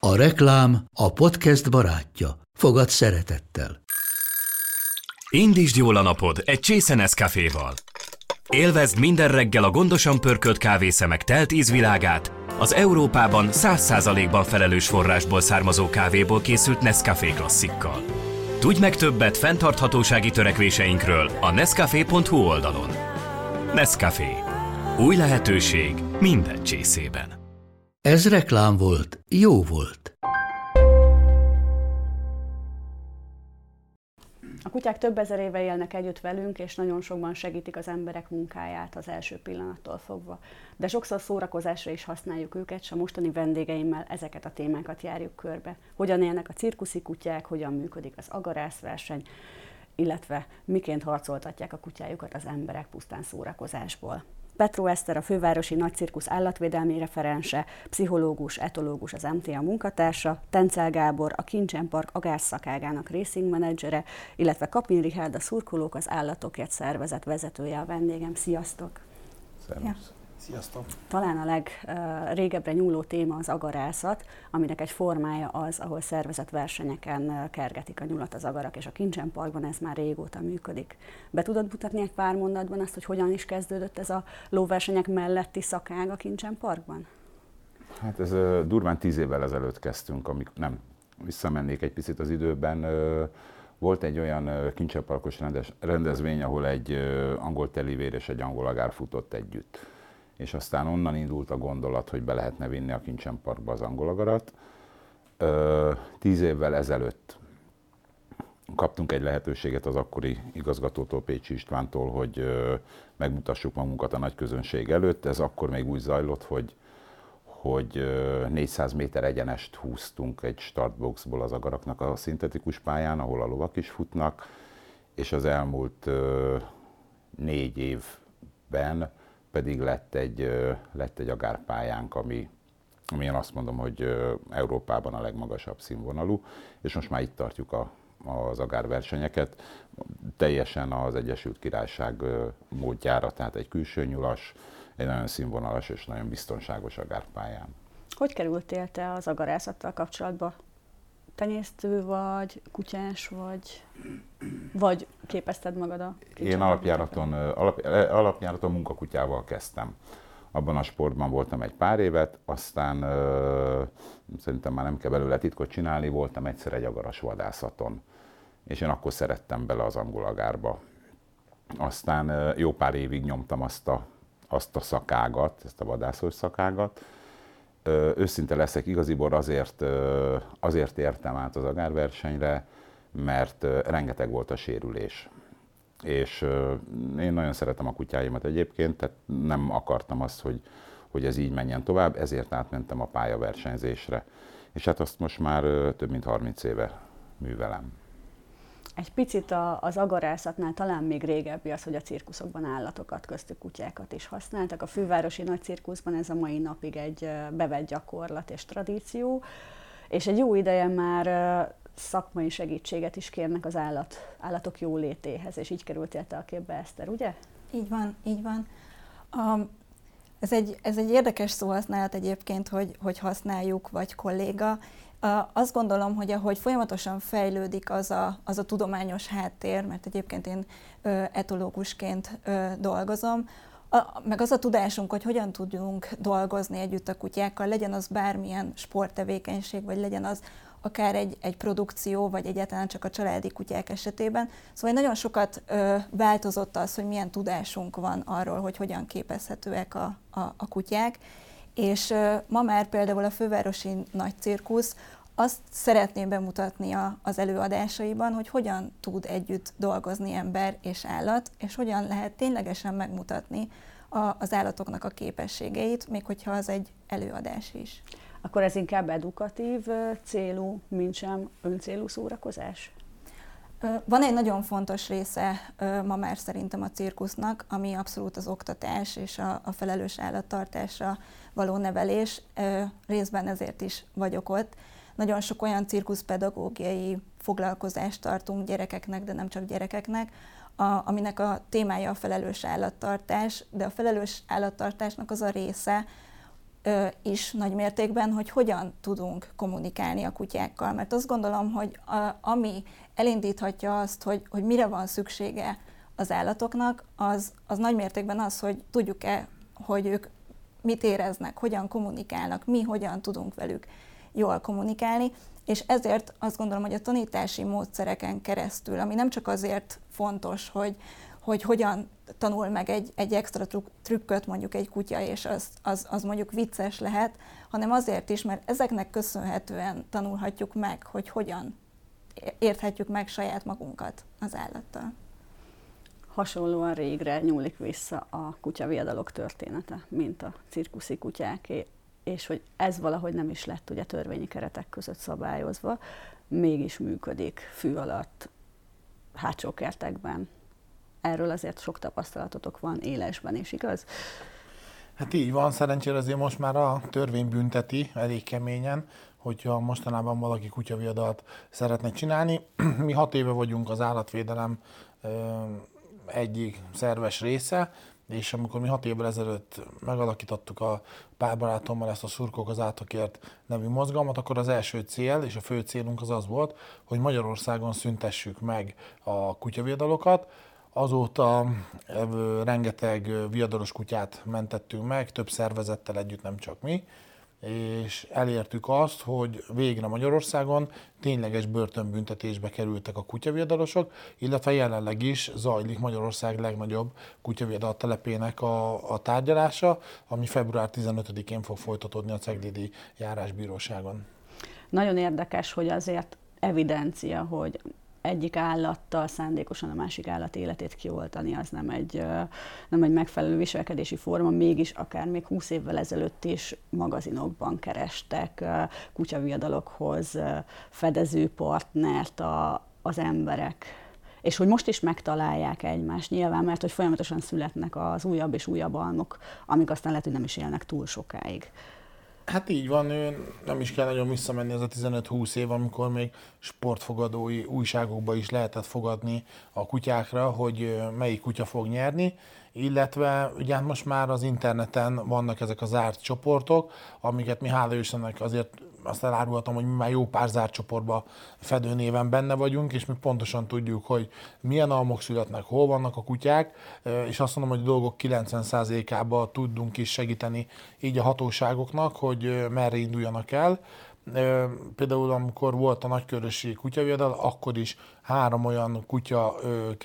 A reklám a podcast barátja. Fogad szeretettel. Indítsd jól a napod egy csésze Nescaféval. Élvezd minden reggel a gondosan pörkölt kávészemek telt ízvilágát, az Európában 100%-ban felelős forrásból származó kávéból készült Nescafé klasszikkal. Tudj meg többet fenntarthatósági törekvéseinkről a nescafé.hu oldalon. Nescafé. Új lehetőség minden csészében. Ez reklám volt, jó volt. A kutyák több ezer éve élnek együtt velünk, és nagyon sokban segítik az emberek munkáját az első pillanattól fogva. De sokszor szórakozásra is használjuk őket, és a mostani vendégeimmel ezeket a témákat járjuk körbe. Hogyan élnek a cirkuszi kutyák, hogyan működik az agarászverseny, illetve miként harcoltatják a kutyájukat az emberek pusztán szórakozásból. Petró Eszter, a fővárosi nagycirkusz állatvédelmi referense, pszichológus, etológus, az MTA munkatársa, Tencel Gábor, a Kincsen Park agásszakágának racing menedzsere, illetve Kapin Richárd, a Szurkolók az Állatokért szervezet vezetője a vendégem. Sziasztok! Szervusz! Sziasztok! Talán a legrégebbre nyúló téma az agarászat, aminek egy formája az, ahol szervezett versenyeken kergetik a nyulat az agarak, és a Kincsen Parkban ez már régóta működik. Be tudod mutatni egy pár mondatban azt, hogy hogyan is kezdődött ez a lóversenyek melletti szakág a Kincsen Parkban? Hát ez durván 10 évvel ezelőtt kezdtünk, visszamennék egy picit az időben. Volt egy olyan Kincsen Parkos rendezvény, ahol egy angol telivér és egy angol agár futott együtt. És aztán onnan indult a gondolat, hogy be lehetne vinni a Kincsen Parkba az angol agarat. 10 évvel ezelőtt kaptunk egy lehetőséget az akkori igazgatótól, Pécsi Istvántól, hogy megmutassuk magunkat a nagy közönség előtt. Ez akkor még úgy zajlott, hogy 400 méter egyenest húztunk egy startboxból az agaraknak a szintetikus pályán, ahol a lovak is futnak, és az elmúlt 4 évben pedig lett egy agárpályánk, ami én azt mondom, hogy Európában a legmagasabb színvonalú, és most már itt tartjuk az agárversenyeket, teljesen az Egyesült Királyság módjára, tehát egy külső nyulas, egy nagyon színvonalas és nagyon biztonságos agárpályán. Hogy kerültél te az agarászattal kapcsolatba? Tenyésztő vagy, kutyás vagy képezted magad a Én alapjáraton munkakutyával kezdtem. Abban a sportban voltam egy pár évet, aztán szerintem már nem kell belőle titkot csinálni, voltam egyszer egy agaras vadászaton. És én akkor szerettem bele az angol agárba. Aztán jó pár évig nyomtam azt a szakágat, ezt a vadászós szakágat. Őszinte leszek, igaziból azért értem át az agárversenyre, mert rengeteg volt a sérülés. És én nagyon szeretem a kutyáimat egyébként, tehát nem akartam azt, hogy ez így menjen tovább, ezért átmentem a pályaversenyzésre. És hát azt most már több mint 30 éve művelem. Egy picit az agarászatnál talán még régebbi az, hogy a cirkuszokban állatokat, köztük kutyákat is használtak. A fővárosi nagycirkuszban ez a mai napig egy bevett gyakorlat és tradíció, és egy jó ideje már szakmai segítséget is kérnek az állatok jólétéhez, és így kerültél te a képbe, Eszter, ugye? Így van, így van. Ez egy érdekes szóhasználat egyébként, hogy használjuk, vagy kolléga. Azt gondolom, hogy ahogy folyamatosan fejlődik az a tudományos háttér, mert egyébként én etológusként dolgozom, meg az a tudásunk, hogy hogyan tudjunk dolgozni együtt a kutyákkal, legyen az bármilyen sporttevékenység, vagy legyen az akár egy produkció, vagy egyáltalán csak a családi kutyák esetében. Szóval nagyon sokat változott az, hogy milyen tudásunk van arról, hogy hogyan képezhetőek a kutyák, és ma már például a fővárosi nagycirkusz azt szeretném bemutatni az előadásaiban, hogy hogyan tud együtt dolgozni ember és állat, és hogyan lehet ténylegesen megmutatni az állatoknak a képességeit, még hogyha az egy előadás is. Akkor ez inkább edukatív célú, mintsem öncélú szórakozás? Van egy nagyon fontos része ma már szerintem a cirkusznak, ami abszolút az oktatás és a felelős állattartásra való nevelés. Részben ezért is vagyok ott. Nagyon sok olyan cirkuszpedagógiai foglalkozást tartunk gyerekeknek, de nem csak gyerekeknek, aminek a témája a felelős állattartás, de a felelős állattartásnak az a része, is nagy mértékben, hogy hogyan tudunk kommunikálni a kutyákkal. Mert azt gondolom, hogy ami elindíthatja azt, hogy mire van szüksége az állatoknak, az nagy mértékben az, hogy tudjuk-e, hogy ők mit éreznek, hogyan kommunikálnak, mi hogyan tudunk velük jól kommunikálni, és ezért azt gondolom, hogy a tanítási módszereken keresztül, ami nem csak azért fontos, hogy hogyan tanul meg egy extra trükköt mondjuk egy kutya, és az mondjuk vicces lehet, hanem azért is, mert ezeknek köszönhetően tanulhatjuk meg, hogy hogyan érthetjük meg saját magunkat az állattal. Hasonlóan régre nyúlik vissza a kutyaviadalok története, mint a cirkuszi kutyáké, és hogy ez valahogy nem is lett ugye törvényi keretek között szabályozva, mégis működik fű alatt, hátsó kertekben. Erről azért sok tapasztalatotok van élesben is, igaz? Hát így van, szerencsére azért most már a törvény bünteti elég keményen, hogyha mostanában valaki kutyaviadalt szeretne csinálni. Mi 6 éve vagyunk az állatvédelem egyik szerves része, és amikor mi 6 évvel ezelőtt megalakítottuk a pár barátommal ezt a Szurkolók az Állatokért nevű mozgalmat, akkor az első cél és a fő célunk az volt, hogy Magyarországon szüntessük meg a kutyaviadalokat. Azóta rengeteg viadalos kutyát mentettünk meg, több szervezettel együtt, nem csak mi, és elértük azt, hogy végre Magyarországon tényleges börtönbüntetésbe kerültek a kutyaviadalosok, illetve jelenleg is zajlik Magyarország legnagyobb kutyaviadal telepének a tárgyalása, ami február 15-én fog folytatódni a Ceglédi Járásbíróságon. Nagyon érdekes, hogy azért evidencia, hogy egyik állattal szándékosan a másik állat életét kioltani, az nem egy megfelelő viselkedési forma, mégis akár még 20 évvel ezelőtt is magazinokban kerestek kutyaviadalokhoz fedezőpartnert az emberek. És hogy most is megtalálják egymást nyilván, mert hogy folyamatosan születnek az újabb és újabb almok, amik aztán lehet, hogy nem is élnek túl sokáig. Hát így van, nem is kell nagyon visszamenni ez a 15-20 év, amikor még sportfogadói újságokba is lehetett fogadni a kutyákra, hogy melyik kutya fog nyerni, illetve ugye most már az interneten vannak ezek a zárt csoportok, amiket mi hála Istennek azért azt elárulhatom, hogy mi már jó pár zárt csoportban fedőnéven benne vagyunk, és mi pontosan tudjuk, hogy milyen almok születnek, hol vannak a kutyák, és azt mondom, hogy a dolgok 90%-ában tudunk is segíteni így a hatóságoknak, hogy merre induljanak el. Például amikor volt a nagykörösi kutyaviadal, akkor is 3 olyan kutya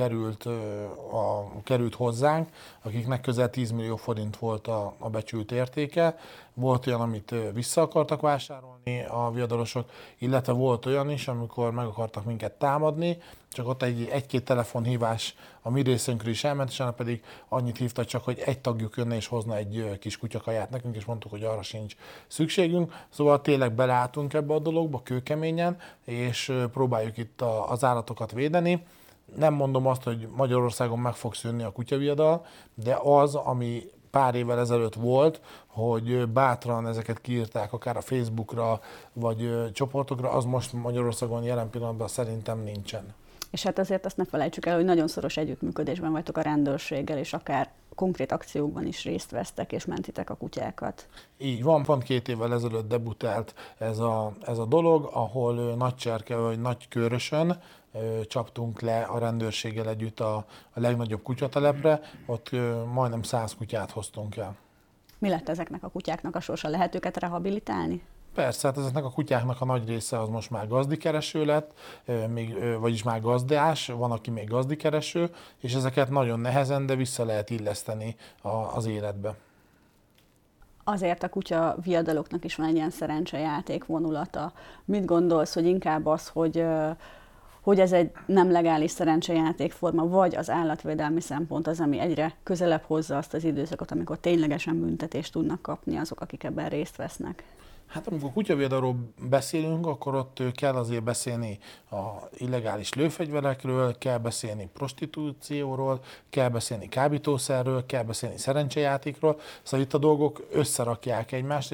került hozzánk, akiknek közel 10 millió forint volt a becsült értéke. Volt olyan, amit vissza akartak vásárolni a viadalosok, illetve volt olyan is, amikor meg akartak minket támadni, csak ott egy-két telefonhívás a mi részünkről is elment, és pedig annyit hívtak csak, hogy egy tagjuk jönne és hozna egy kis kutyakaját nekünk, és mondtuk, hogy arra sincs szükségünk. Szóval tényleg beleálltunk ebbe a dologba kőkeményen, és próbáljuk itt az állatokat védeni. Nem mondom azt, hogy Magyarországon meg fog szűnni a kutyaviadal, de az, ami pár évvel ezelőtt volt, hogy bátran ezeket kiírták akár a Facebookra, vagy csoportokra, az most Magyarországon jelen pillanatban szerintem nincsen. És hát azért azt ne felejtsük el, hogy nagyon szoros együttműködésben vagytok a rendőrséggel, és akár konkrét akciókban is részt vesztek, és mentitek a kutyákat. Így van, pont 2 évvel ezelőtt debutált ez a dolog, ahol Nagycserke vagy Nagykőrösön csaptunk le a rendőrséggel együtt a legnagyobb kutyatelepre, ott majdnem 100 kutyát hoztunk el. Mi lett ezeknek a kutyáknak a sorsa? Lehet őket rehabilitálni? Persze, hát ezeknek a kutyáknak a nagy része az most már gazdikereső lett, vagyis már gazdás, van, aki még gazdikereső, és ezeket nagyon nehezen, de vissza lehet illeszteni az életbe. Azért a kutya viadaloknak is van egy ilyen szerencsejáték vonulata. Mit gondolsz, hogy inkább az, hogy ez egy nem legális szerencsejátékforma, vagy az állatvédelmi szempont az, ami egyre közelebb hozza azt az időszakot, amikor ténylegesen büntetést tudnak kapni azok, akik ebben részt vesznek? Hát amikor kutyaviadalról beszélünk, akkor ott kell azért beszélni a illegális lőfegyverekről, kell beszélni prostitúcióról, kell beszélni kábítószerről, kell beszélni szerencsejátékról, szóval itt a dolgok összerakják egymást, és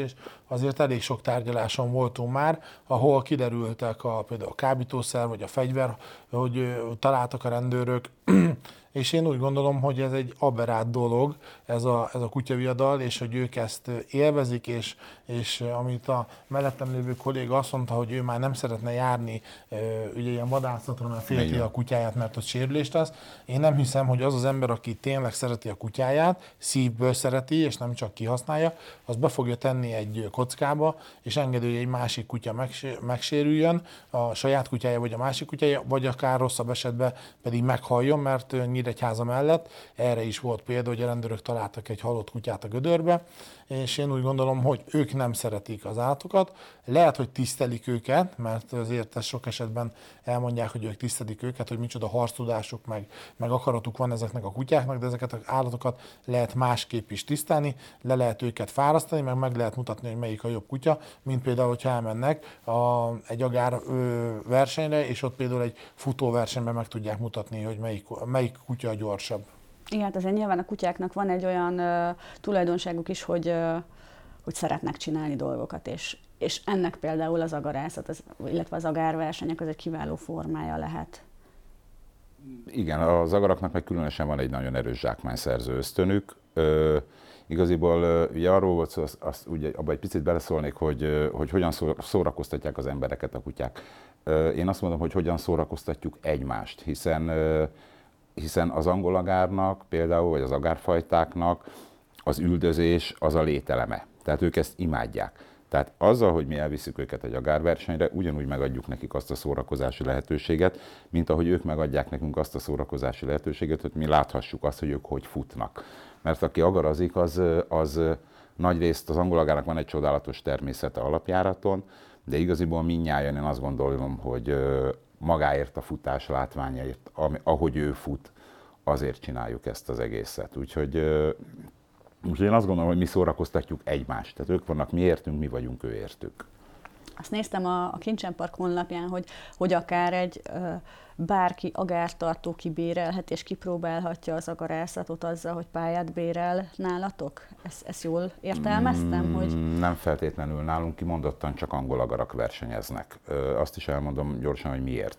azért elég sok tárgyaláson voltunk már, ahol kiderültek például a kábítószer vagy a fegyver, hogy találtak a rendőrök, és én úgy gondolom, hogy ez egy aberrált dolog, ez a kutyaviadal, és hogy ők ezt élvezik, és amit a mellettem lévő kolléga azt mondta, hogy ő már nem szeretne járni ugye ilyen vadászatra, mert félti a kutyáját, mert ott sérülést az. Én nem hiszem, hogy az az ember, aki tényleg szereti a kutyáját, szívből szereti, és nem csak kihasználja, az be fogja tenni egy kockába, és engedő, hogy egy másik kutya megsérüljön, a saját kutyája vagy a másik kutyája, vagy akár rosszabb esetben pedig meghalljon, mert Nyíregyháza mellett erre is volt példa, hogy a rendőrök találtak egy halott kutyát a gödörbe, és én úgy gondolom, hogy ők nem szeretik az állatokat. Lehet, hogy tisztelik őket, mert azért sok esetben elmondják, hogy ők tisztelik őket, hogy micsoda harctudásuk, meg akaratuk van ezeknek a kutyáknak, de ezeket az állatokat lehet másképp is tisztelni, le lehet őket fárasztani, meg lehet mutatni, hogy melyik a jobb kutya, mint például, hogyha elmennek egy agár versenyre, és ott például egy futóversenyben meg tudják mutatni, hogy melyik kutya a gyorsabb. Igen, hát azért nyilván a kutyáknak van egy olyan tulajdonságuk is, hogy szeretnek csinálni dolgokat, és ennek például az agarászat, illetve az agárversenyek az egy kiváló formája lehet. Igen, az agaraknak meg különösen van egy nagyon erős zsákmányszerző ösztönük. Igaziból ugye arról volt szó, ugye abban egy picit beleszólnék, hogy hogyan szórakoztatják az embereket a kutyák. Én azt mondom, hogy hogyan szórakoztatjuk egymást, hiszen az angol agárnak például, vagy az agárfajtáknak az üldözés az a lételeme. Tehát ők ezt imádják. Tehát azzal, hogy mi elviszük őket egy agárversenyre, ugyanúgy megadjuk nekik azt a szórakozási lehetőséget, mint ahogy ők megadják nekünk azt a szórakozási lehetőséget, hogy mi láthassuk azt, hogy ők hogy futnak. Mert aki agarazik, az nagyrészt az angol agárnak van egy csodálatos természete alapjáraton, de igaziból mindnyájan én azt gondolom, hogy magáért a futás látványáért, ahogy ő fut, azért csináljuk ezt az egészet. Úgyhogy én azt gondolom, hogy mi szórakoztatjuk egymást. Tehát ők vannak mi értünk, mi vagyunk ő értük. Azt néztem a Kincsen Park honlapján, hogy akár egy bárki agártartó kibérelhet és kipróbálhatja az agarászatot azzal, hogy pályát bérel nálatok? Ezt jól értelmeztem? Hogy... Nem feltétlenül nálunk, kimondottan csak angol agarak versenyeznek. Azt is elmondom gyorsan, hogy miért.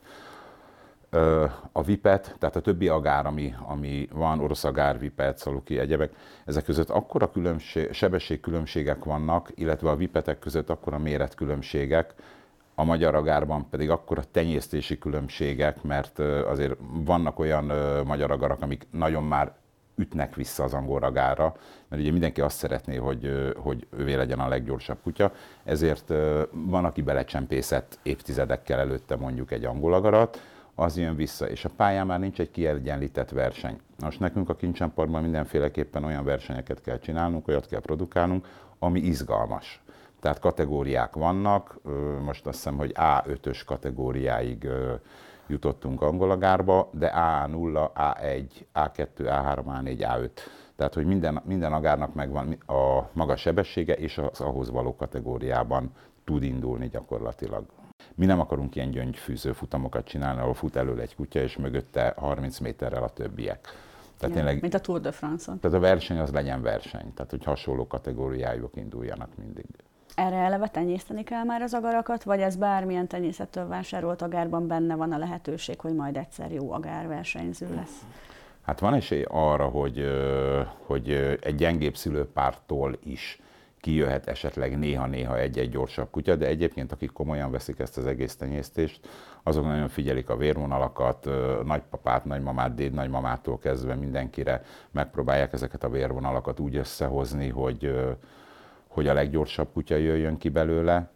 A vipet, tehát a többi agár, ami van, orosz agár, vipet, szaluki, egyebek, ezek között akkora sebességkülönbségek vannak, illetve a vipetek között akkora méretkülönbségek, a magyar agárban pedig akkora tenyésztési különbségek, mert azért vannak olyan magyar agarak, amik nagyon már ütnek vissza az angol agárra, mert ugye mindenki azt szeretné, hogy ővé legyen a leggyorsabb kutya, ezért van, aki belecsempészett évtizedekkel előtte mondjuk egy angol agarat, az jön vissza, és a pályán már nincs egy kiegyenlített verseny. Most nekünk a Kincsen Parkban mindenféleképpen olyan versenyeket kell csinálnunk, olyat kell produkálnunk, ami izgalmas. Tehát kategóriák vannak, most azt hiszem, hogy A5-ös kategóriáig jutottunk angol agárba, de A0, A1, A2, A3, A4, A5. Tehát, hogy minden agárnak megvan a maga sebessége, és az ahhoz való kategóriában tud indulni gyakorlatilag. Mi nem akarunk ilyen gyöngyfűző futamokat csinálni, ahol fut elől egy kutya, és mögötte 30 méterrel a többiek. Tehát ja, tényleg, mint a Tour de France-on. Tehát a verseny az legyen verseny, tehát hogy hasonló kategóriájuk induljanak mindig. Erre eleve tenyészteni kell már az agarakat, vagy ez bármilyen tenyészettől vásárolt agárban benne van a lehetőség, hogy majd egyszer jó agárversenyző lesz? Hát van esély arra, hogy egy gyengébb szülőpártól is kijöhet esetleg néha-néha egy-egy gyorsabb kutya, de egyébként akik komolyan veszik ezt az egész tenyésztést, azok nagyon figyelik a vérvonalakat, nagypapát, nagymamát, dédnagymamától kezdve mindenkire megpróbálják ezeket a vérvonalakat úgy összehozni, hogy a leggyorsabb kutya jöjjön ki belőle.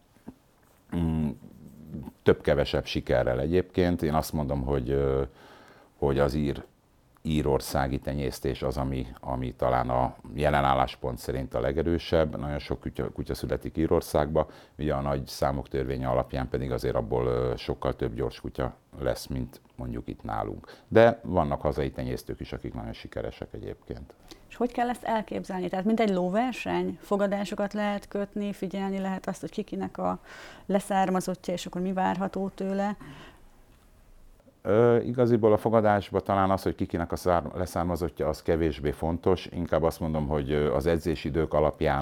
Több-kevesebb sikerrel egyébként. Én azt mondom, hogy az írországi tenyésztés az, ami talán a jelen álláspont szerint a legerősebb. Nagyon sok kutya születik Írországba, ugye a nagy számok törvénye alapján pedig azért abból sokkal több gyors kutya lesz, mint mondjuk itt nálunk. De vannak hazai tenyésztők is, akik nagyon sikeresek egyébként. És hogy kell ezt elképzelni? Tehát mint egy lóverseny? Fogadásokat lehet kötni, figyelni lehet azt, hogy kikinek a leszármazottja, és akkor mi várható tőle? Igaziból a fogadásban talán az, hogy kikinek a leszármazottja, az kevésbé fontos. Inkább azt mondom, hogy az edzésidők alapján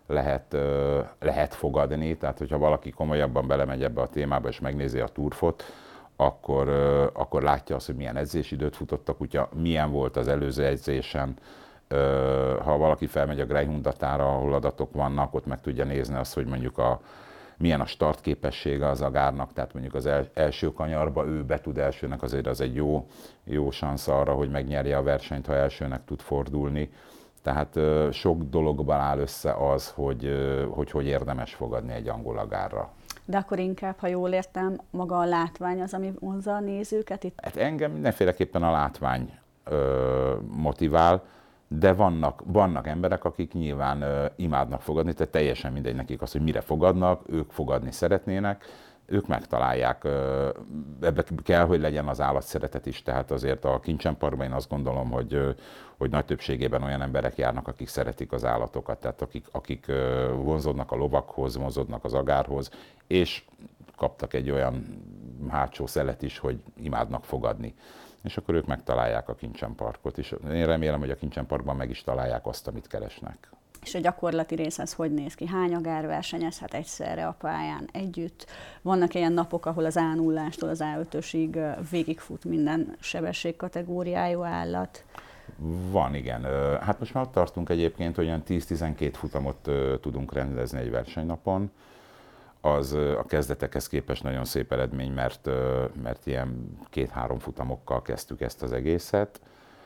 lehet fogadni, tehát hogyha valaki komolyabban belemegy ebbe a témába és megnézi a turfot, akkor látja azt, hogy milyen edzésidőt futott a kutya, milyen volt az előző edzésen. Ha valaki felmegy a Greyhound-datára, ahol adatok vannak, ott meg tudja nézni azt, hogy mondjuk milyen a startképessége az agárnak, tehát mondjuk az első kanyarba ő be tud elsőnek, azért az egy jó szansz arra, hogy megnyerje a versenyt, ha elsőnek tud fordulni. Tehát sok dologban áll össze az, hogy érdemes fogadni egy angol agárra. De akkor inkább, ha jól értem, maga a látvány az, ami vonzza a nézőket itt? Hát engem mindenféleképpen a látvány motivál, de vannak emberek, akik nyilván imádnak fogadni, tehát teljesen mindegy nekik az, hogy mire fogadnak, ők fogadni szeretnének, ők megtalálják, ebbe kell, hogy legyen az állatszeretet is, tehát azért a Kincsen Parkban én azt gondolom, hogy nagy többségében olyan emberek járnak, akik szeretik az állatokat, tehát akik vonzódnak a lovakhoz, vonzódnak az agárhoz, és kaptak egy olyan hátsó szelet is, hogy imádnak fogadni. És akkor ők megtalálják a Kincsen Parkot, és én remélem, hogy a Kincsen Parkban meg is találják azt, amit keresnek. És a gyakorlati rész az hogy néz ki? Hány agár versenyezhet egyszerre a pályán együtt? Vannak ilyen napok, ahol az A0-tól az A5-ösig végigfut minden sebességkategóriájú állat? Van, igen. Hát most már ott tartunk egyébként, hogy olyan 10-12 futamot tudunk rendezni egy versenynapon. Az a kezdetekhez képest nagyon szép eredmény, mert ilyen 2-3 futamokkal kezdtük ezt az egészet.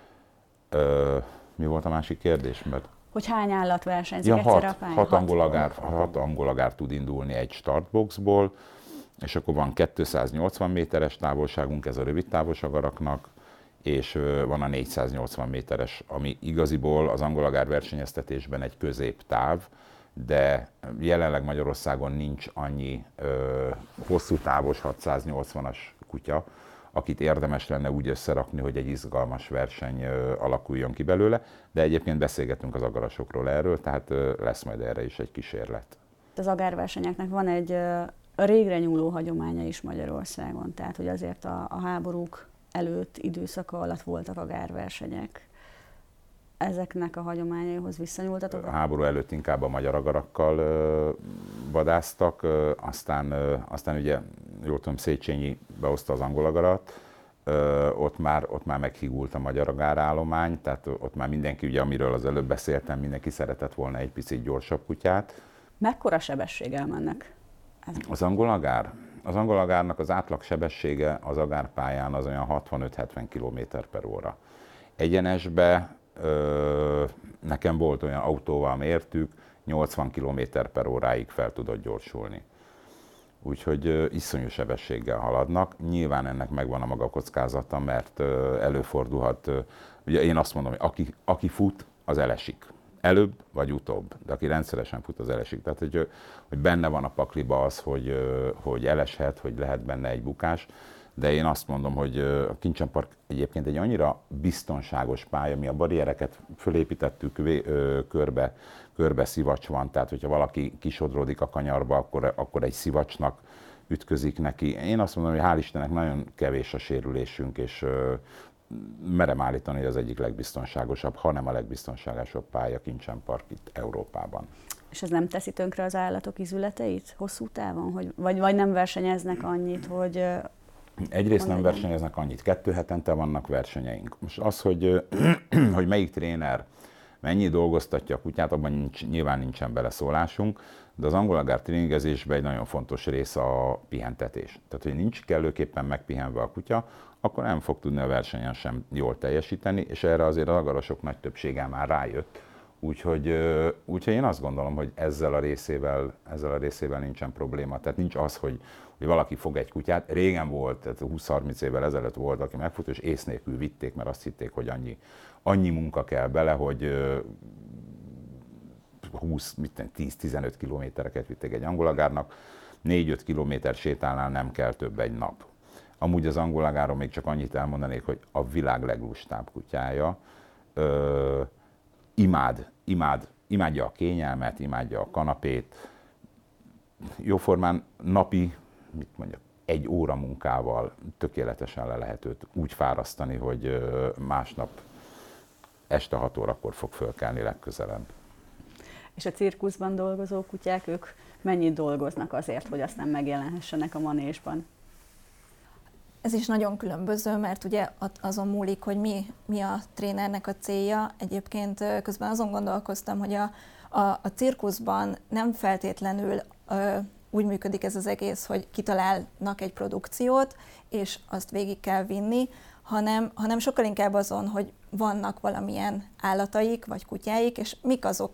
Mi volt a másik kérdés? Hogy hány állat versenyzik egyszerre a pályán? 6 angol agár tud indulni egy startboxból, és akkor van 280 méteres távolságunk, ez a rövid távos agaraknak, és van a 480 méteres, ami igaziból az angol agár versenyeztetésben egy középtáv, de jelenleg Magyarországon nincs annyi hosszú távos 680-as kutya, akit érdemes lenne úgy összerakni, hogy egy izgalmas verseny alakuljon ki belőle, de egyébként beszélgetünk az agarasokról erről, tehát lesz majd erre is egy kísérlet. Az agárversenyeknek van egy régre nyúló hagyománya is Magyarországon, tehát hogy azért a háborúk előtt időszaka alatt voltak agárversenyek. Ezeknek a hagyományaihoz visszanyúltatok? A háború előtt inkább a magyar agarakkal vadásztak, aztán ugye, jól tudom, Széchenyi behozta az angol agarat, ott már meghigult a magyar agárállomány, tehát ott már mindenki, ugye, amiről az előbb beszéltem, mindenki szeretett volna egy picit gyorsabb kutyát. Mekkora sebességgel mennek? Az angol agár? Az angol agárnak az átlag sebessége az agárpályán az olyan 65-70 km/h. Egyenesbe nekem volt olyan autóval mértük, 80 km/h fel tudott gyorsulni. Úgyhogy iszonyú sebességgel haladnak. Nyilván ennek megvan a maga kockázata, mert előfordulhat, ugye én azt mondom, hogy aki fut, az elesik. Előbb vagy utóbb, de aki rendszeresen fut, az elesik. Tehát, hogy benne van a pakliba az, hogy eleshet, hogy lehet benne egy bukás, de én azt mondom, hogy a Kincsen Park egyébként egy annyira biztonságos pálya, mi a barriereket fölépítettük, körbe szivacs van, tehát hogyha valaki kisodródik a kanyarba, akkor egy szivacsnak ütközik neki. Én azt mondom, hogy hál' Istennek nagyon kevés a sérülésünk, és merem állítani, hogy az egyik legbiztonságosabb, hanem a legbiztonságosabb pálya Kincsen Park itt Európában. És ez nem teszi tönkre az állatok izületeit hosszú távon? Vagy nem versenyeznek annyit, hogy... Egyrészt nem versenyeznek annyit, 2 hetente vannak versenyeink. Most az, hogy melyik tréner mennyi dolgoztatja a kutyát, abban nyilván nincsen beleszólásunk, de az angol agár tréningezésben egy nagyon fontos rész a pihentetés. Tehát, hogy nincs kellőképpen megpihenve a kutya, akkor nem fog tudni a versenyen sem jól teljesíteni, és erre azért az agarosok nagy többsége már rájött. Úgyhogy én azt gondolom, hogy ezzel a részével nincsen probléma. Tehát nincs az, hogy valaki fog egy kutyát. Régen volt, tehát 20-30 évvel ezelőtt volt, aki megfut, és ész nélkül vitték, mert azt hitték, hogy annyi munka kell bele, hogy 10-15 kilométereket vitték egy angol agárnak, 4-5 kilométer sétálnál nem kell több egy nap. Amúgy az angol agáron még csak annyit elmondanék, hogy a világ leglustább kutyája, imádja a kényelmet, imádja a kanapét, jóformán napi, 1 óra munkával tökéletesen le lehet őt úgy fárasztani, hogy másnap este 6 órakor fog fölkelni legközelebb. És a cirkuszban dolgozó kutyák, ők mennyit dolgoznak azért, hogy aztán megjelenhessenek a manésban? Ez is nagyon különböző, mert ugye azon múlik, hogy mi a trénernek a célja. Egyébként közben azon gondolkoztam, hogy a cirkuszban nem feltétlenül úgy működik ez az egész, hogy kitalálnak egy produkciót, és azt végig kell vinni, hanem sokkal inkább azon, hogy vannak valamilyen állataik vagy kutyáik, és mik azok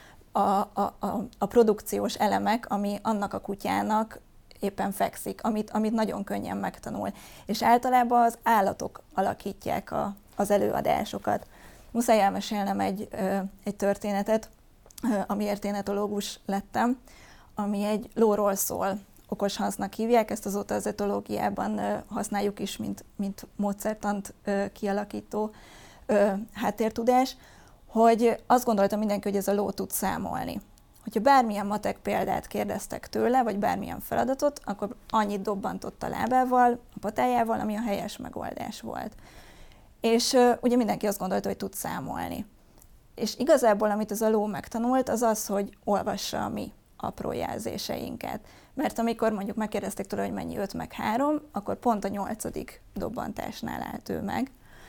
a produkciós elemek, ami annak a kutyának éppen fekszik, amit nagyon könnyen megtanul. És általában az állatok alakítják az előadásokat. Muszáj elmesélnem egy történetet, amiért én etológus lettem, ami egy lóról szól. Okos Hansnak hívják, ezt azóta az etológiában használjuk is, mint módszertant kialakító háttértudás, hogy azt gondolta mindenki, hogy ez a ló tud számolni. Hogyha bármilyen matek példát kérdeztek tőle, vagy bármilyen feladatot, akkor annyit dobbantott a lábával, a patájával, ami a helyes megoldás volt. És ugye mindenki azt gondolta, hogy tud számolni. És igazából, amit ez a ló megtanult, az az, hogy olvassa a mi apró jelzéseinket. Mert amikor mondjuk megkérdezték tőle, hogy mennyi 5 meg 3, akkor pont a 8. dobbantásnál állt ő meg.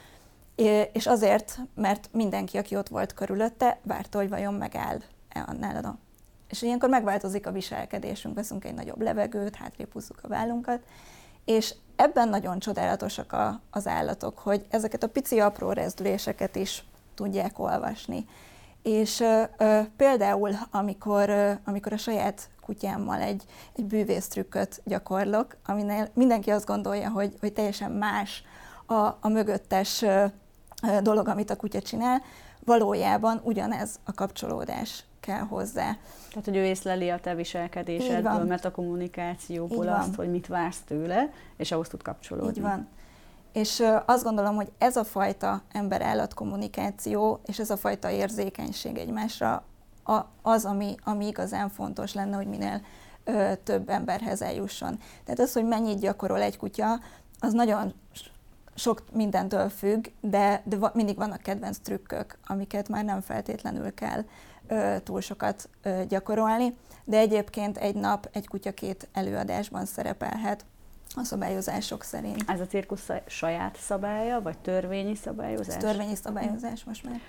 És azért, mert mindenki, aki ott volt körülötte, várta, hogy vajon megáll-e annál. És ilyenkor megváltozik a viselkedésünk, veszünk egy nagyobb levegőt, hátrébb húzzuk a vállunkat, és ebben nagyon csodálatosak az állatok, hogy ezeket a pici apró rezdüléseket is tudják olvasni. És például, amikor a saját kutyámmal egy bűvésztrükköt gyakorlok, aminél mindenki azt gondolja, hogy teljesen más a mögöttes dolog, amit a kutya csinál, valójában ugyanez a kapcsolódás kell hozzá. Tehát, hogy ő észleli a te viselkedésedből, mert a kommunikációból azt, hogy mit vársz tőle, és ahhoz tud kapcsolódni. Így van. És azt gondolom, hogy ez a fajta ember-állat kommunikáció, és ez a fajta érzékenység egymásra az, ami igazán fontos lenne, hogy minél több emberhez eljusson. Tehát az, hogy mennyit gyakorol egy kutya, az nagyon sok mindentől függ, de mindig vannak kedvenc trükkök, amiket már nem feltétlenül kell túl sokat gyakorolni, de egyébként egy nap egy kutya 2 előadásban szerepelhet a szabályozások szerint. Ez a cirkusz saját szabálya, vagy törvényi szabályozás? Ez törvényi szabályozás most már.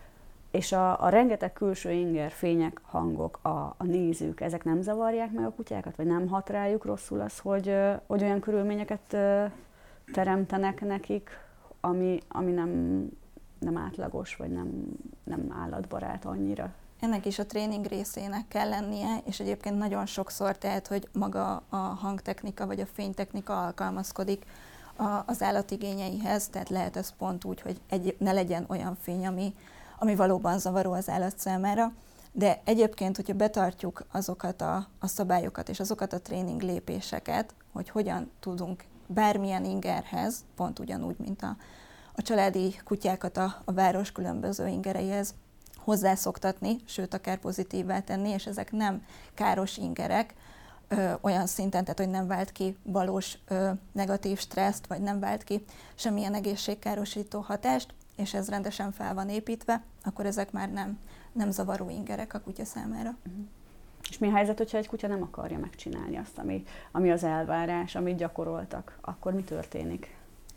És a rengeteg külső inger, fények, hangok, a nézők, ezek nem zavarják meg a kutyákat, vagy nem hat rájuk rosszul az, hogy olyan körülményeket teremtenek nekik, ami nem átlagos, vagy nem állatbarát annyira? Ennek is a tréning részének kell lennie, és egyébként nagyon sokszor tehát, hogy maga a hangtechnika vagy a fénytechnika alkalmazkodik az állat igényeihez, tehát lehet ez pont úgy, hogy ne legyen olyan fény, ami valóban zavaró az állat számára, de egyébként, hogyha betartjuk azokat a szabályokat és azokat a tréning lépéseket, hogy hogyan tudunk bármilyen ingerhez, pont ugyanúgy, mint a családi kutyákat a város különböző ingereihez hozzászoktatni, sőt, akár pozitívvá tenni, és ezek nem káros ingerek olyan szinten, tehát hogy nem vált ki valós negatív stresszt, vagy nem vált ki semmilyen egészségkárosító hatást, és ez rendesen fel van építve, akkor ezek már nem zavaró ingerek a kutya számára. És mi a helyzet, hogyha egy kutya nem akarja megcsinálni azt, ami az elvárás, amit gyakoroltak, akkor mi történik?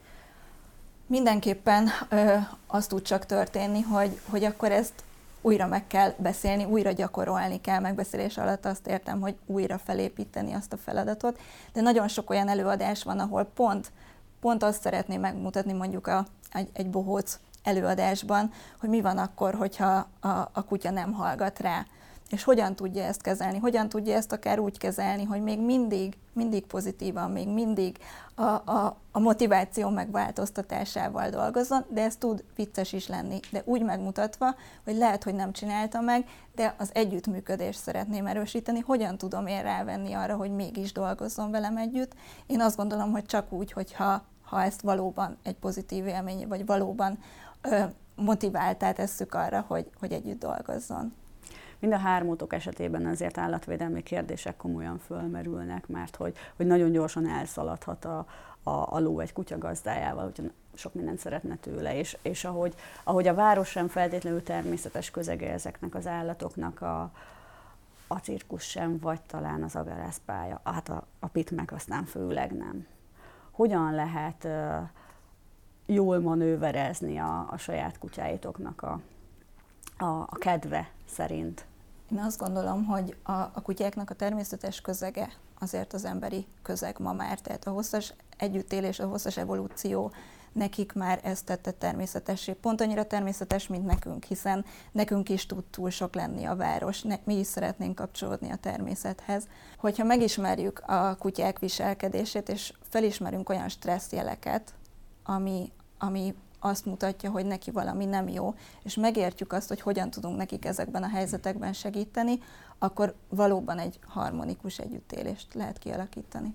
Mindenképpen az tud csak történni, hogy akkor ezt újra meg kell beszélni, újra gyakorolni kell. Megbeszélés alatt azt értem, hogy újra felépíteni azt a feladatot, de nagyon sok olyan előadás van, ahol pont azt szeretném megmutatni mondjuk egy bohóc előadásban, hogy mi van akkor, hogyha a kutya nem hallgat rá, és hogyan tudja ezt kezelni, hogyan tudja ezt akár úgy kezelni, hogy még mindig pozitívan, még mindig a motiváció megváltoztatásával dolgozzon, de ez tud vicces is lenni, de úgy megmutatva, hogy lehet, hogy nem csinálta meg, de az együttműködést szeretném erősíteni, hogyan tudom én rávenni arra, hogy mégis dolgozzon velem együtt. Én azt gondolom, hogy csak úgy, hogyha ezt valóban egy pozitív élmény, vagy valóban motiváltá tesszük arra, hogy együtt dolgozzon. Mind a hármótok esetében azért állatvédelmi kérdések komolyan fölmerülnek, mert hogy nagyon gyorsan elszaladhat a ló egy kutya gazdájával, hogy sok mindent szeretne tőle, és ahogy a város sem feltétlenül természetes közege ezeknek az állatoknak, a cirkusz sem, vagy talán az agarászpálya, hát a pit meg aztán főleg nem. Hogyan lehet jól manőverezni a saját kutyáitoknak a kedve szerint? Én azt gondolom, hogy a kutyáknak a természetes közege azért az emberi közeg ma már, tehát a hosszas együttélés, a hosszas evolúció nekik már ezt tette természetessé. Pont annyira természetes, mint nekünk, hiszen nekünk is tud túl sok lenni a város, mi is szeretnénk kapcsolódni a természethez. Hogyha megismerjük a kutyák viselkedését, és felismerünk olyan stresszjeleket, ami azt mutatja, hogy neki valami nem jó, és megértjük azt, hogy hogyan tudunk nekik ezekben a helyzetekben segíteni, akkor valóban egy harmonikus együttélést lehet kialakítani.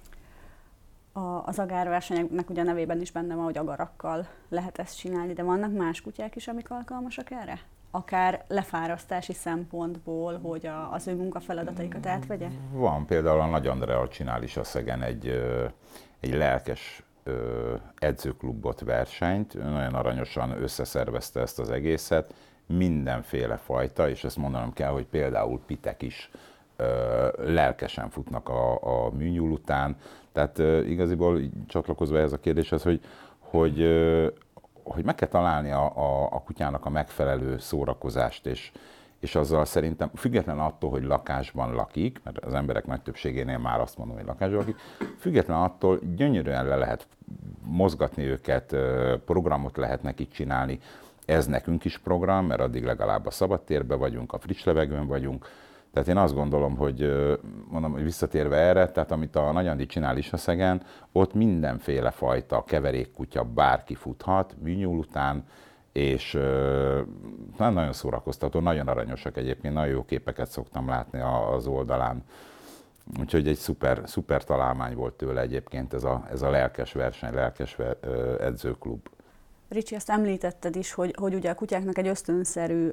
Az agárversenyeknek ugye a nevében is benne van, hogy agarakkal lehet ezt csinálni, de vannak más kutyák is, amik alkalmasak erre? Akár lefárasztási szempontból, hogy az ő munkafeladataikat átvegye? Van, például a Nagy Andrea csinál is a Szegen egy lelkes edzőklubot, versenyt, ő nagyon aranyosan összeszervezte ezt az egészet, mindenféle fajta, és ezt mondanom kell, hogy például pitek is lelkesen futnak a műnyúl után, tehát igaziból csatlakozva ez a kérdéshez, hogy meg kell találni a kutyának a megfelelő szórakozást, és azzal szerintem, független attól, hogy lakásban lakik, mert az emberek nagy többségénél már azt mondom, hogy lakásban lakik, független attól gyönyörűen le lehet mozgatni őket, programot lehet nekik csinálni. Ez nekünk is program, mert addig legalább a szabadtérben vagyunk, a friss levegőn vagyunk. Tehát én azt gondolom, hogy mondom, hogy visszatérve erre, tehát amit a Nagy Andi csinál is a Szegen, ott mindenféle fajta keverékkutya, bárki futhat műnyúl után, és nagyon szórakoztató, nagyon aranyosak egyébként, nagyon jó képeket szoktam látni az oldalán. Úgyhogy egy szuper találmány volt tőle egyébként ez a lelkes verseny, lelkes edzőklub. Ricsi, azt említetted is, hogy ugye a kutyáknak egy ösztönszerű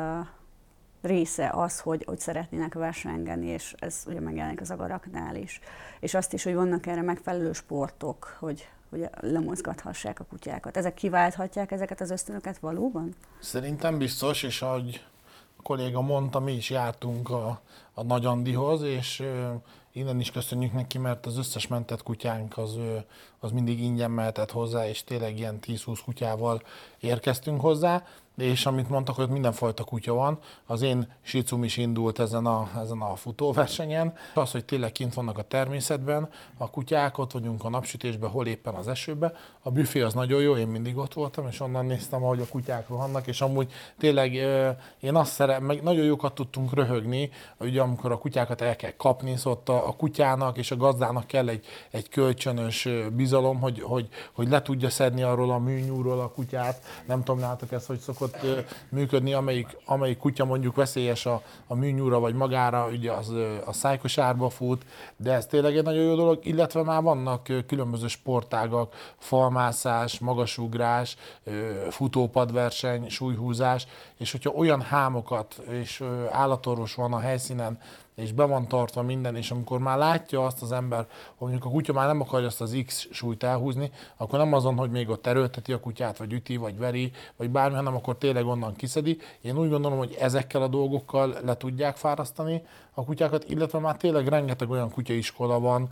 része az, hogy szeretnének versengeni, és ez ugye megjelenik az agaraknál is. És azt is, hogy vannak erre megfelelő sportok, hogy lemozgathassák a kutyákat. Ezek kiválthatják ezeket az ösztönöket valóban? Szerintem biztos, és ahogy a kolléga mondta, mi is jártunk a Nagy Andihoz, és innen is köszönjük neki, mert az összes mentett kutyánk az mindig ingyen mehetett hozzá, és tényleg ilyen 10-20 kutyával érkeztünk hozzá, és amit mondtak, hogy mindenfajta kutya van, az én sicum is indult ezen a futóversenyen. Az, hogy tényleg kint vannak a természetben, a kutyák, ott vagyunk a napsütésben, hol éppen az esőben. A büfé az nagyon jó, én mindig ott voltam, és onnan néztem, ahogy a kutyák rohannak, és amúgy tényleg én azt szeretem, meg nagyon jókat tudtunk röhögni, ugye amikor a kutyákat el kell kapni, szóval a kutyának és a gazdának kell egy kölcsönös bizalom, hogy le tudja szedni arról a műnyúról a kutyát. Nem tudom, látok ezt, hogy szokott működni, amelyik kutya mondjuk veszélyes a műnyúra vagy magára, ugye az a szájkosárba fut, de ez tényleg egy nagyon jó dolog, illetve már vannak különböző sportágak, falmászás, magasugrás, futópadverseny, súlyhúzás, és hogyha olyan hámokat és állatorvos van a helyszínen, és be van tartva minden, és amikor már látja azt az ember, hogy mondjuk a kutya már nem akarja azt az X súlyt elhúzni, akkor nem azon, hogy még ott erőlteti a kutyát, vagy üti, vagy veri, vagy bármi, hanem akkor tényleg onnan kiszedi. Én úgy gondolom, hogy ezekkel a dolgokkal le tudják fárasztani a kutyákat, illetve már tényleg rengeteg olyan kutyaiskola van,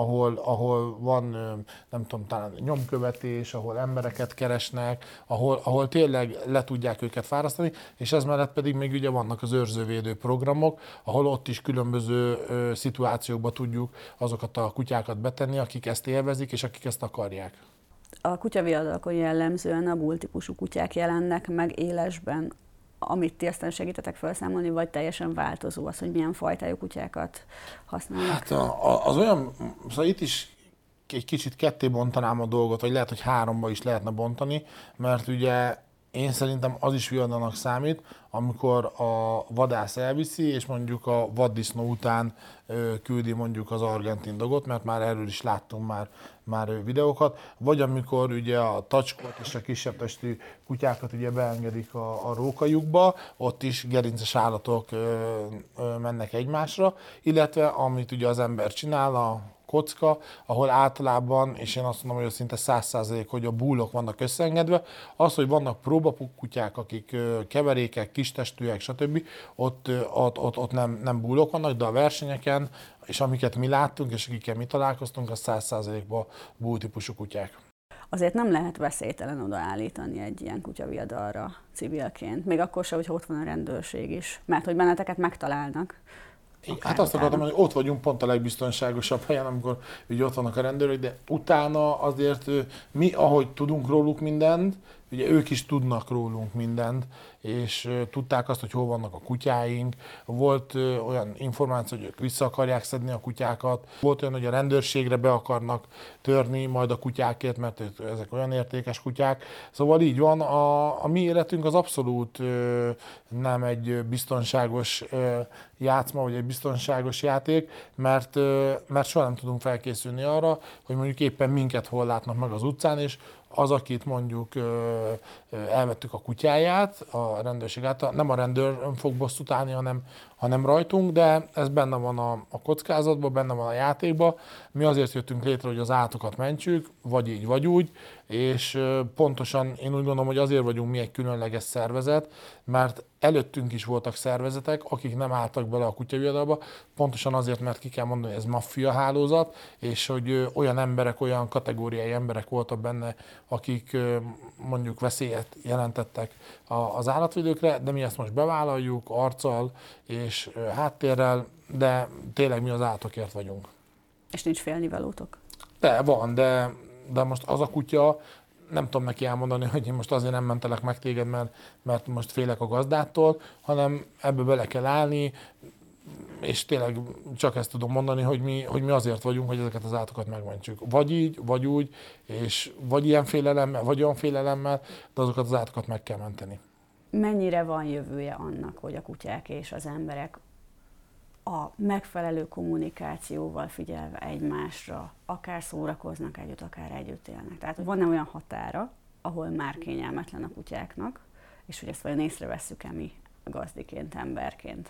ahol van, nem tudom, talán nyomkövetés, ahol embereket keresnek, ahol tényleg le tudják őket fárasztani, és ez mellett pedig még ugye vannak az őrzővédő programok, ahol ott is különböző szituációkba tudjuk azokat a kutyákat betenni, akik ezt élvezik, és akik ezt akarják. A kutyaviadalakon jellemzően a bull-típusú kutyák jelennek meg élesben, amit ti aztán segítetek felszámolni, vagy teljesen változó az, hogy milyen fajtájú kutyákat használnak? Hát az olyan, szóval itt is egy kicsit ketté bontanám a dolgot, vagy lehet, hogy háromba is lehetne bontani, mert ugye én szerintem az is viadalnak számít, amikor a vadász elviszi, és mondjuk a vaddisznó után küldi mondjuk az argentin dogot, mert már erről is láttunk már videókat, vagy amikor ugye a tacskot és a kisebb testű kutyákat ugye beengedik a rókajukba, ott is gerinces állatok mennek egymásra, illetve amit ugye az ember csinál, a kocka, ahol általában, és én azt mondom, hogy szinte 100%, hogy a búlok vannak összeengedve, az, hogy vannak próbakutyák, akik keverékek, kistestűek, stb., ott nem búlok vannak, de a versenyeken, és amiket mi láttunk, és akikkel mi találkoztunk, az 100%-ban búltípusú kutyák. Azért nem lehet veszélytelen odaállítani egy ilyen kutyaviadalra civilként, még akkor sem, hogy ott van a rendőrség is, mert hogy benneteket megtalálnak. Hát azt akartam, hogy ott vagyunk pont a legbiztonságosabb helyen, amikor ugye ott vannak a rendőrök, de utána azért mi, ahogy tudunk róluk mindent, ugye ők is tudnak rólunk mindent, és tudták azt, hogy hol vannak a kutyáink. Volt olyan információ, hogy ők vissza akarják szedni a kutyákat. Volt olyan, hogy a rendőrségre be akarnak törni majd a kutyákért, mert ezek olyan értékes kutyák. Szóval így van, a mi életünk az abszolút nem egy biztonságos játszma, vagy egy biztonságos játék, mert soha nem tudunk felkészülni arra, hogy mondjuk éppen minket hol látnak meg az utcán, és az, akit mondjuk elvettük a kutyáját a rendőrség által, nem a rendőr fog bosszút állni, hanem rajtunk, de ez benne van a kockázatban, benne van a játékban. Mi azért jöttünk létre, hogy az állatokat mentsük, vagy így, vagy úgy, és pontosan én úgy gondolom, hogy azért vagyunk mi egy különleges szervezet, mert előttünk is voltak szervezetek, akik nem álltak bele a kutyaviadalba, pontosan azért, mert ki kell mondani, hogy ez maffia hálózat, és hogy olyan emberek, olyan kategóriai emberek voltak benne, akik mondjuk veszélyet jelentettek az állatvédőkre, de mi ezt most bevállaljuk arccal és háttérrel, de tényleg mi az állatokért vagyunk. És nincs félnivalótok? De van, de most az a kutya, nem tudom neki elmondani, hogy én most azért nem mentelek meg téged, mert most félek a gazdától, hanem ebbe bele kell állni, és tényleg csak ezt tudom mondani, hogy mi azért vagyunk, hogy ezeket az állatokat megmentsük. Vagy így, vagy úgy, és vagy ilyen félelemmel, vagy olyan félelemmel, de azokat az állatokat meg kell menteni. Mennyire van jövője annak, hogy a kutyák és az emberek a megfelelő kommunikációval figyelve egymásra, akár szórakoznak együtt, akár együtt élnek? Tehát van-e olyan határa, ahol már kényelmetlen a kutyáknak, és hogy ezt vajon észrevesszük-e mi gazdiként, emberként?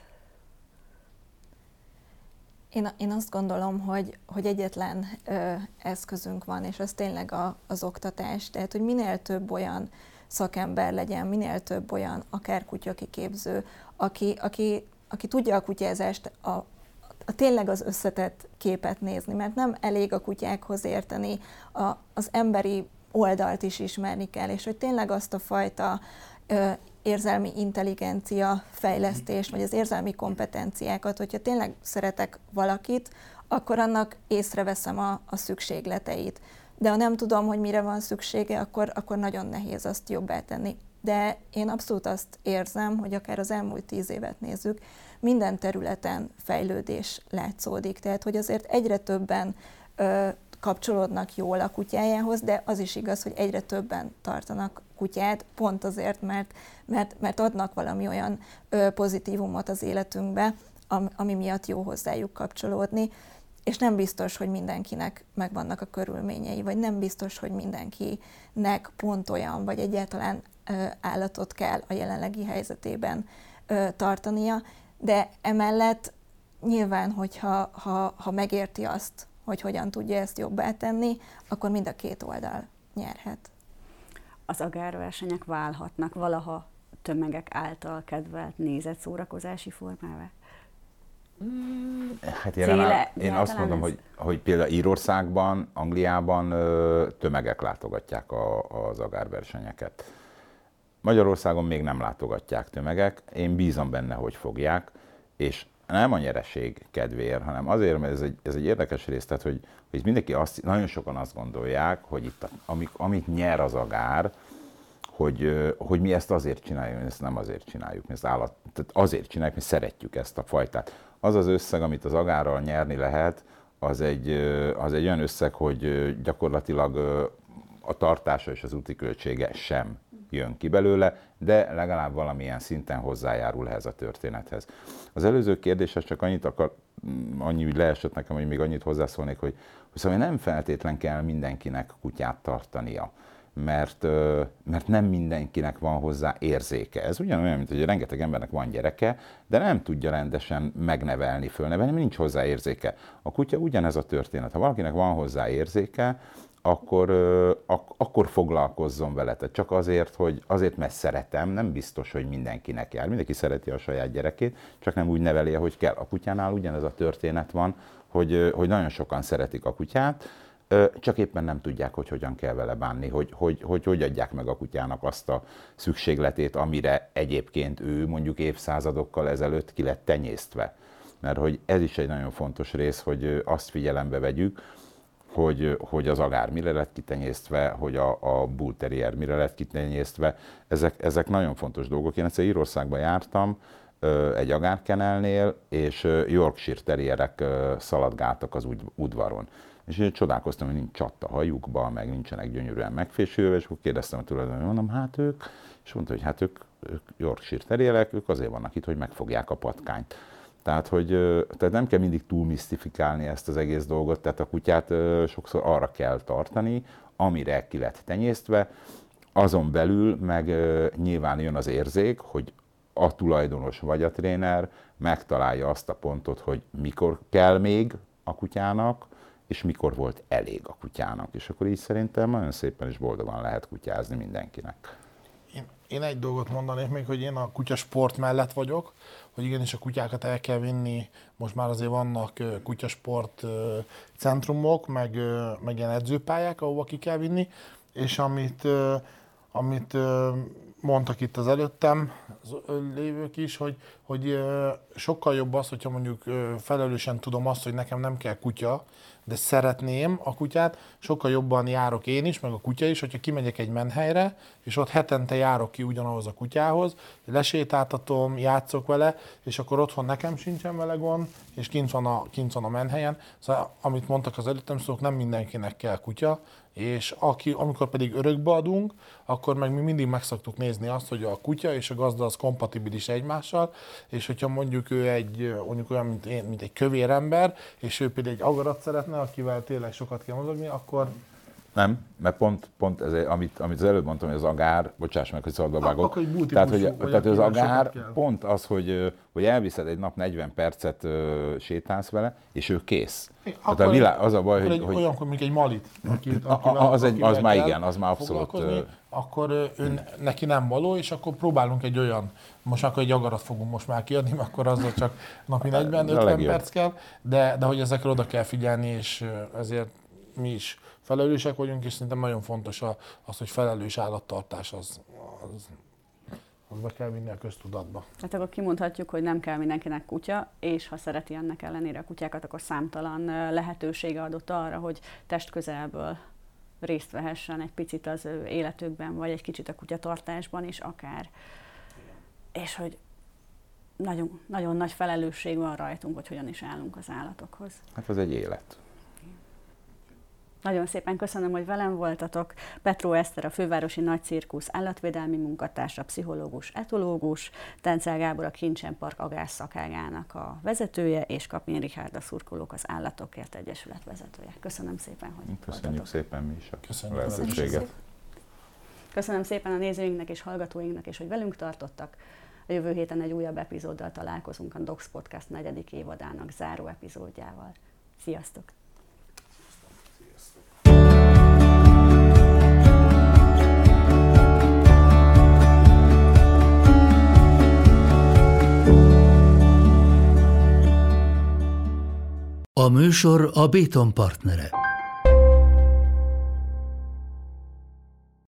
Én azt gondolom, hogy egyetlen eszközünk van, és az tényleg az oktatás. Tehát, hogy minél több olyan szakember legyen, minél több olyan akár kutyakiképző, aki tudja a kutyázást, a tényleg az összetett képet nézni, mert nem elég a kutyákhoz érteni, az emberi oldalt is ismerni kell, és hogy tényleg azt a fajta érzelmi intelligencia fejlesztést, vagy az érzelmi kompetenciákat, hogyha tényleg szeretek valakit, akkor annak észreveszem a szükségleteit. De ha nem tudom, hogy mire van szüksége, akkor nagyon nehéz azt jobbá tenni. De én abszolút azt érzem, hogy akár az elmúlt 10 évet nézzük, minden területen fejlődés látszódik. Tehát, hogy azért egyre többen kapcsolódnak jól a kutyájához, de az is igaz, hogy egyre többen tartanak kutyát, pont azért, mert adnak valami olyan pozitívumot az életünkbe, ami miatt jó hozzájuk kapcsolódni, és nem biztos, hogy mindenkinek megvannak a körülményei, vagy nem biztos, hogy mindenkinek pont olyan, vagy egyáltalán állatot kell a jelenlegi helyzetében tartania, de emellett nyilván, hogyha ha megérti azt, hogy hogyan tudja ezt jobbá tenni, akkor mind a két oldal nyerhet. Az agárversenyek válhatnak valaha tömegek által kedvelt nézett szórakozási formává? Hát én azt mondom, hogy például Írországban, Angliában tömegek látogatják az agárversenyeket. Magyarországon még nem látogatják tömegek, én bízom benne, hogy fogják, és nem a nyereség kedvéért, hanem azért, mert ez egy érdekes rész, tehát hogy mindenki nagyon sokan azt gondolják, hogy itt amit nyer az agár, hogy mi ezt azért csináljuk, ezt nem azért csináljuk, mi tehát azért csináljuk, mi szeretjük ezt a fajtát. Az az összeg, amit az agárral nyerni lehet, az egy olyan összeg, hogy gyakorlatilag a tartása és az úti költsége sem jön ki belőle, de legalább valamilyen szinten hozzájárul ehhez a történethez. Az előző kérdéshez csak annyi úgy leesett nekem, hogy még annyit hozzászólnék, hogy szóval nem feltétlen kell mindenkinek kutyát tartania, mert nem mindenkinek van hozzá érzéke. Ez ugyanolyan, mint hogy rengeteg embernek van gyereke, de nem tudja rendesen megnevelni, fölnevelni, mert nincs hozzá érzéke. A kutya ugyanez a történet. Ha valakinek van hozzá érzéke, akkor foglalkozzon vele. Tehát csak azért, mert szeretem, nem biztos, hogy mindenkinek jár. Mindenki szereti a saját gyerekét, csak nem úgy neveli, ahogy kell. A kutyánál ugyanez a történet van, hogy nagyon sokan szeretik a kutyát, csak éppen nem tudják, hogy hogyan kell vele bánni, hogy adják meg a kutyának azt a szükségletét, amire egyébként ő mondjuk évszázadokkal ezelőtt ki lett tenyésztve. Mert hogy ez is egy nagyon fontos rész, hogy azt figyelembe vegyük, hogy az agár mire lett kitenyésztve, hogy a bull terrier mire lett kitenyésztve. Ezek nagyon fontos dolgok. Én egyszer Írországban jártam egy agárkenelnél, és Yorkshire terrierek szaladgáltak az udvaron. És én csodálkoztam, hogy nincs csatt a hajukban, meg nincsenek gyönyörűen megfésülve, és akkor kérdeztem a tulajdonost, mondom, hát ők, és mondta, hogy hát ők Yorkshire terrierek, ők azért vannak itt, hogy megfogják a patkányt. Tehát nem kell mindig túl misztifikálni ezt az egész dolgot, tehát a kutyát sokszor arra kell tartani, amire ki lett tenyésztve, azon belül meg nyilván jön az érzék, hogy a tulajdonos vagy a tréner megtalálja azt a pontot, hogy mikor kell még a kutyának, és mikor volt elég a kutyának. És akkor így szerintem nagyon szépen és boldogan lehet kutyázni mindenkinek. Én egy dolgot mondanék még, hogy én a kutyasport mellett vagyok, hogy igenis a kutyákat el kell vinni, most már azért vannak kutyasport centrumok, meg ilyen edzőpályák, ahova ki kell vinni, és amit mondtak itt az előttem az lévők is, hogy sokkal jobb az, hogyha mondjuk felelősen tudom azt, hogy nekem nem kell kutya, de szeretném a kutyát, sokkal jobban járok én is, meg a kutya is, hogyha kimegyek egy menhelyre, és ott hetente járok ki ugyanahoz a kutyához, lesétáltatom, játszok vele, és akkor otthon nekem sincsen vele gond, és kint van a menhelyen. Szóval, amit mondtak az előttem szólók, nem mindenkinek kell kutya, és amikor pedig örökbe adunk, akkor meg mi mindig meg szoktuk nézni azt, hogy a kutya és a gazda az kompatibilis egymással, és hogyha mondjuk ő mondjuk olyan, mint én, mint egy kövér ember, és ő például egy agarat szeretne, akivel tényleg sokat kell mozogni, akkor... Nem, mert pont ez, amit az előbb mondtam, hogy az agár, bocsáss meg, hogy szabadba vágok. Tehát az agár pont az, hogy elviszed egy nap 40 percet sétálsz vele, és ő kész. Tehát az a baj, hogy... Olyan, mint egy malit. Az már igen, az már abszolút... Akkor neki nem való, és akkor próbálunk egy olyan, most akkor egy agarat fogunk most már kiadni, mert akkor azzal csak napi 40-50 perc kell, de hogy ezekre oda kell figyelni, és ezért mi is felelősek vagyunk, és szerintem nagyon fontos az, hogy felelős állattartás az be kell vinni a köztudatba. Hát akkor kimondhatjuk, hogy nem kell mindenkinek kutya, és ha szereti ennek ellenére a kutyákat, akkor számtalan lehetősége adott arra, hogy testközelből részt vehessen egy picit az ő életükben, vagy egy kicsit a kutyatartásban is akár. És hogy nagyon, nagyon nagy felelősség van rajtunk, hogy hogyan is állunk az állatokhoz. Hát az egy élet. Nagyon szépen köszönöm, hogy velem voltatok. Petró Eszter, a Fővárosi Nagycirkusz állatvédelmi munkatársa, pszichológus, etológus, Tencel Gábor, a Kincsen Park agásszakágának a vezetője, és Kapin Richárd, a Szurkolók az Állatokért Egyesület vezetője. Köszönöm szépen, hogy Köszönjük szépen mi is a lehetőséget. Köszönöm szépen a nézőinknek és hallgatóinknak, és hogy velünk tartottak. A jövő héten egy újabb epizóddal találkozunk a Dogs Podcast 4. évadának záró epizódjával. Sziasztok! A műsor a Béton partnere.